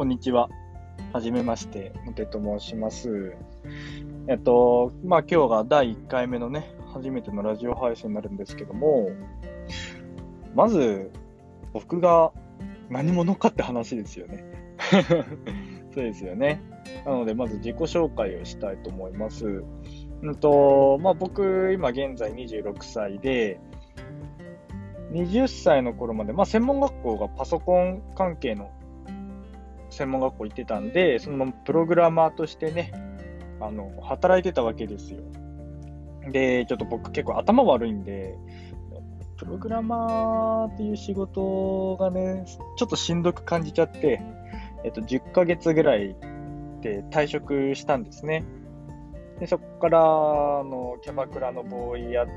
こんにちは。はじめまして、のてと申します。今日が第1回目のね、初めてのラジオ配信になるんですけども、まず、僕が何者かって話ですよね。そうですよね。なので、まず自己紹介をしたいと思います。僕、今現在26歳で、20歳の頃まで、専門学校がパソコン関係の専門学校行ってたんで、そのままプログラマーとしてね、働いてたわけですよ。で、ちょっと僕結構頭悪いんで、プログラマーっていう仕事がね、ちょっとしんどく感じちゃって、10ヶ月ぐらいで退職したんですね。で、そこから、キャバクラのボーイやって、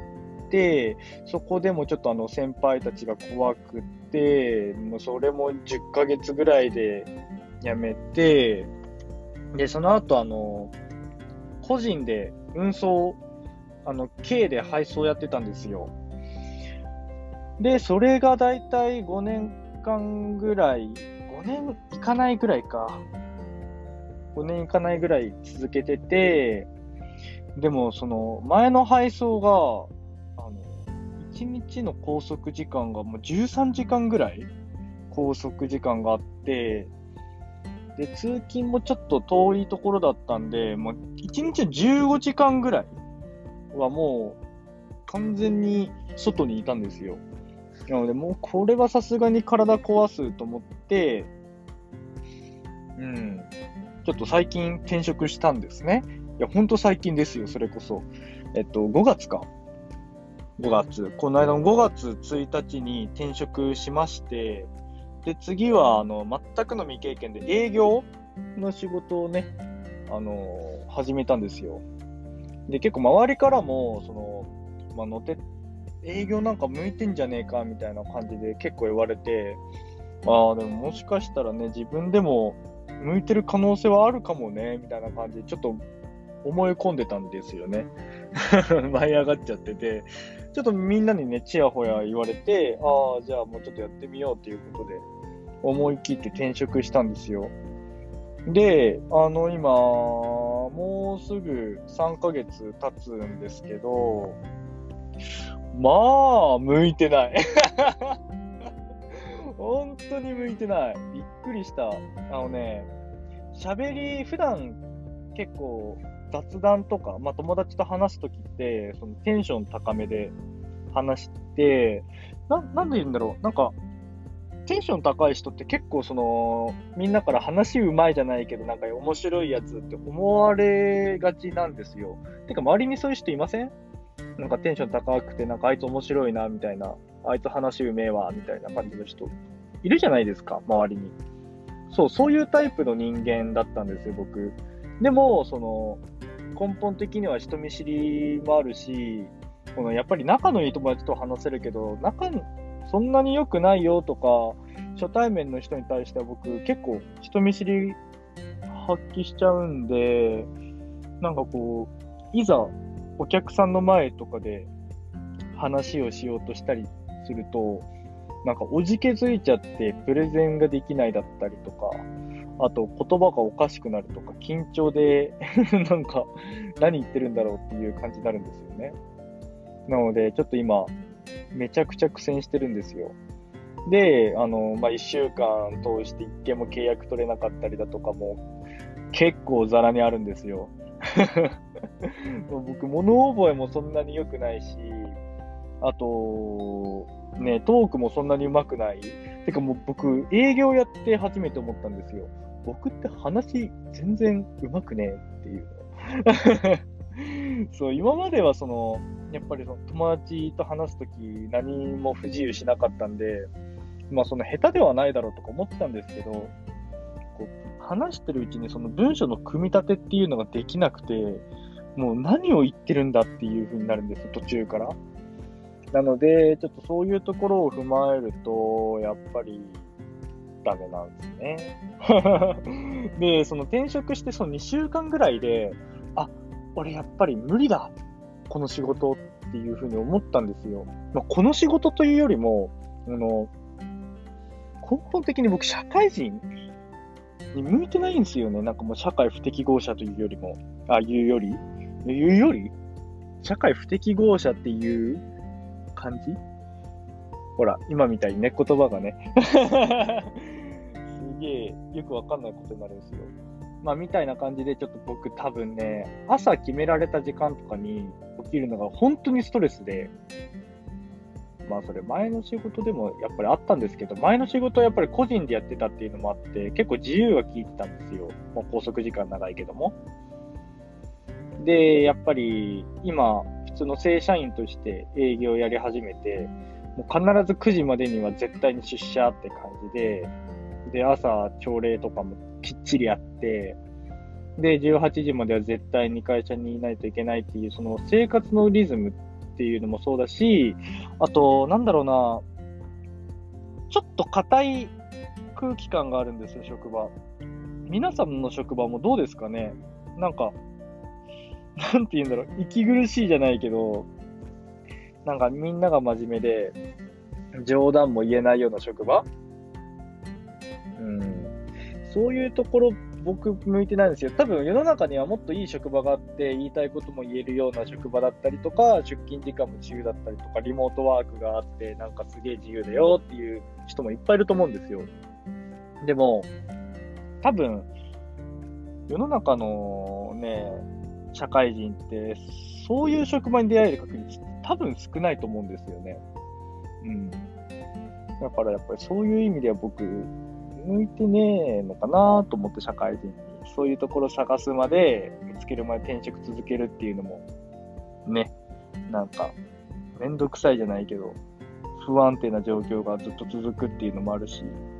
そこでもちょっと先輩たちが怖くて、もうそれも10ヶ月ぐらいで辞めて、で、その後個人で運送、軽で配送やってたんですよ。で、それがだいたい5年間ぐらい、5年いかないぐらいか。5年いかないぐらい続けてて、でもその前の配送が、1日の拘束時間がもう13時間ぐらい拘束時間があって、で、通勤もちょっと遠いところだったんで、もう1日15時間ぐらいはもう完全に外にいたんですよ。なので、もうこれはさすがに体壊すと思って、ちょっと最近転職したんですね。いや、ほんと最近ですよ、それこそ。5月か。5月。この間の5月1日に転職しまして、で、次は、全くの未経験で営業の仕事をね、始めたんですよ。で、結構周りからも、営業なんか向いてんじゃねえか、みたいな感じで結構言われて、でももしかしたらね、自分でも向いてる可能性はあるかもね、みたいな感じで、ちょっと思い込んでたんですよね。舞い上がっちゃってて、ちょっとみんなにね、ちやほや言われて、じゃあもうちょっとやってみようっていうことで、思い切って転職したんですよ。で、今、もうすぐ3ヶ月経つんですけど、向いてない。本当に向いてない。びっくりした。普段結構雑談とか、友達と話すときって、そのテンション高めで話して、なんで言うんだろう。なんか、テンション高い人って結構みんなから話うまいじゃないけど、なんか面白いやつって思われがちなんですよ。てか、周りにそういう人いません？なんかテンション高くて、なんかあいつ面白いな、みたいな。あいつ話うめえわ、みたいな感じの人。いるじゃないですか、周りに。そういうタイプの人間だったんですよ、僕。でも、根本的には人見知りもあるし、やっぱり仲のいい友達と話せるけど、そんなに良くないよとか、初対面の人に対しては僕結構人見知り発揮しちゃうんで、なんかこう、いざお客さんの前とかで話をしようとしたりすると、なんかおじけづいちゃってプレゼンができないだったりとか、あと言葉がおかしくなるとか、緊張でなんか何言ってるんだろうっていう感じになるんですよね。なのでちょっと今めちゃくちゃ苦戦してるんですよ。で、1週間通して1件も契約取れなかったりだとかも結構ザラにあるんですよ。僕、物覚えもそんなに良くないし、あと、ね、トークもそんなに上手くない。てかもう僕、営業やって初めて思ったんですよ。僕って話全然上手くねっていうの。そう、今まではやっぱり友達と話すとき何も不自由しなかったんで、下手ではないだろうとか思ってたんですけど、こう話してるうちにその文章の組み立てっていうのができなくて、もう何を言ってるんだっていう風になるんですよ、途中から。なので、ちょっとそういうところを踏まえると、やっぱりダメなんですね。で、その転職してその2週間ぐらいで、俺やっぱり無理だ、この仕事っていう風に思ったんですよ。この仕事というよりも、根本的に僕社会人に向いてないんですよね。なんかもう社会不適合者というよりも、社会不適合者っていう感じ。ほら、今みたいにね、言葉がね、すげえよくわかんないことになるんですよ。まあ、みたいな感じで、ちょっと僕多分ね、朝決められた時間とかに起きるのが本当にストレスで、まあそれ前の仕事でもやっぱりあったんですけど、前の仕事はやっぱり個人でやってたっていうのもあって、結構自由が利いてたんですよ。まあ、拘束時間長いけども。で、やっぱり今、普通の正社員として営業やり始めて、もう必ず9時までには絶対に出社って感じで、で、朝朝礼とかもきっちりやって、で、18時までは絶対に会社にいないといけないっていう、その生活のリズムっていうのもそうだし、あと、なんだろうな、ちょっと硬い空気感があるんですよ、職場。皆さんの職場もどうですかね。なんか、なんて言うんだろう、息苦しいじゃないけど、なんかみんなが真面目で、冗談も言えないような職場、そういうところ、僕向いてないんですよ。多分世の中にはもっといい職場があって、言いたいことも言えるような職場だったりとか、出勤時間も自由だったりとか、リモートワークがあって、なんかすげえ自由だよっていう人もいっぱいいると思うんですよ。でも、多分、世の中のね、社会人って、そういう職場に出会える確率って多分少ないと思うんですよね。だからやっぱりそういう意味では僕、向いてねえのかなと思って、社会人に。そういうところ探すまで、見つけるまで転職続けるっていうのも、ね、なんか、めんどくさいじゃないけど、不安定な状況がずっと続くっていうのもあるし、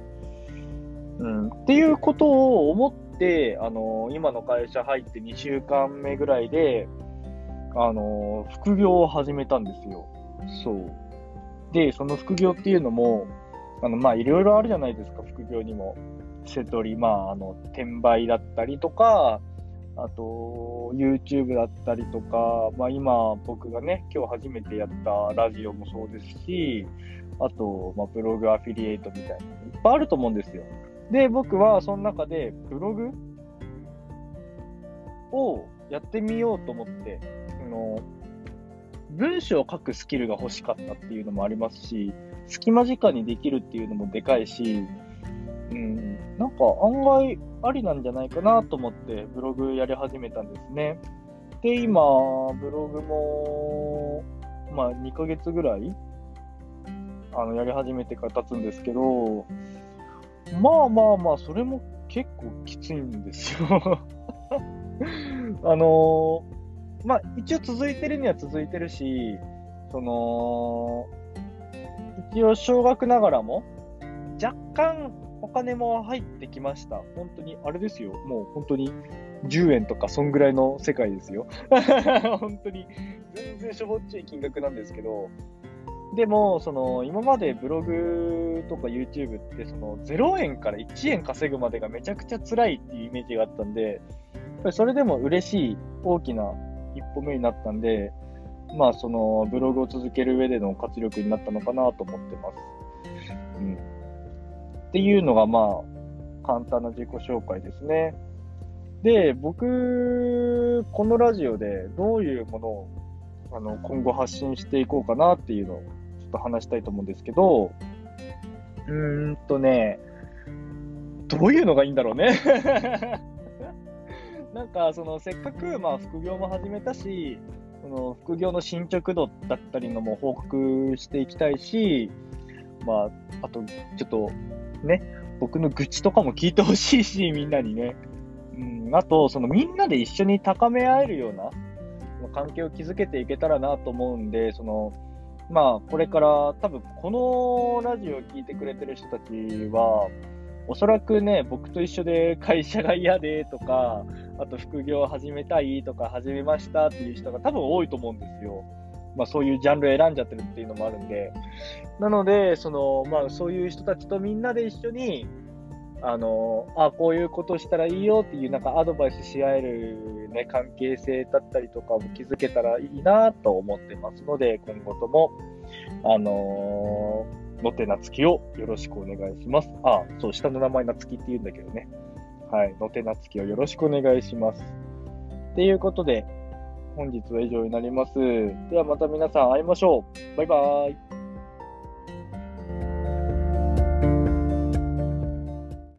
っていうことを思って、今の会社入って2週間目ぐらいで、副業を始めたんですよ。そう。で、その副業っていうのも、まあ、いろいろあるじゃないですか、副業にも。セトリ、転売だったりとか、あと、YouTube だったりとか、まあ、今、僕がね、今日初めてやったラジオもそうですし、あと、ブログアフィリエイトみたいな、いっぱいあると思うんですよ。で、僕はその中で、ブログをやってみようと思って、文章を書くスキルが欲しかったっていうのもありますし、隙間時間にできるっていうのもでかいし、なんか案外ありなんじゃないかなと思ってブログやり始めたんですね。で、今、ブログも、2ヶ月ぐらいやり始めてから経つんですけど、それも結構きついんですよ。一応続いてるには続いてるし、一応少額ながらも、若干お金も入ってきました。本当に、あれですよ。もう本当に10円とかそんぐらいの世界ですよ。本当に、全然しょぼっちい金額なんですけど、でも、今までブログとか YouTube って0円から1円稼ぐまでがめちゃくちゃ辛いっていうイメージがあったんで、やっぱりそれでも嬉しい大きな一歩目になったんで、ブログを続ける上での活力になったのかなと思ってます。っていうのが、簡単な自己紹介ですね。で、僕、このラジオでどういうものを、今後発信していこうかなっていうのを、ちょっと話したいと思うんですけど、どういうのがいいんだろうね。なんか、せっかく、副業も始めたし、副業の進捗度だったりのも報告していきたいし、あと、ちょっと、ね、僕の愚痴とかも聞いてほしいし、みんなにね。あと、みんなで一緒に高め合えるような関係を築けていけたらなと思うんで、これから多分このラジオを聞いてくれてる人たちは、おそらくね、僕と一緒で会社が嫌でとか、あと副業を始めたいとか、始めましたっていう人が多分多いと思うんですよ。そういうジャンルを選んじゃってるっていうのもあるんで。なので、そういう人たちとみんなで一緒に、こういうことしたらいいよっていう、なんかアドバイスし合えるね、関係性だったりとかも築けたらいいなと思ってますので、今後とも、のてなつきをよろしくお願いします。そう、下の名前なつきって言うんだけどね。 はい、のてなつきをよろしくお願いします。ということで、本日は以上になります。ではまた皆さん会いましょう。バイバーイ。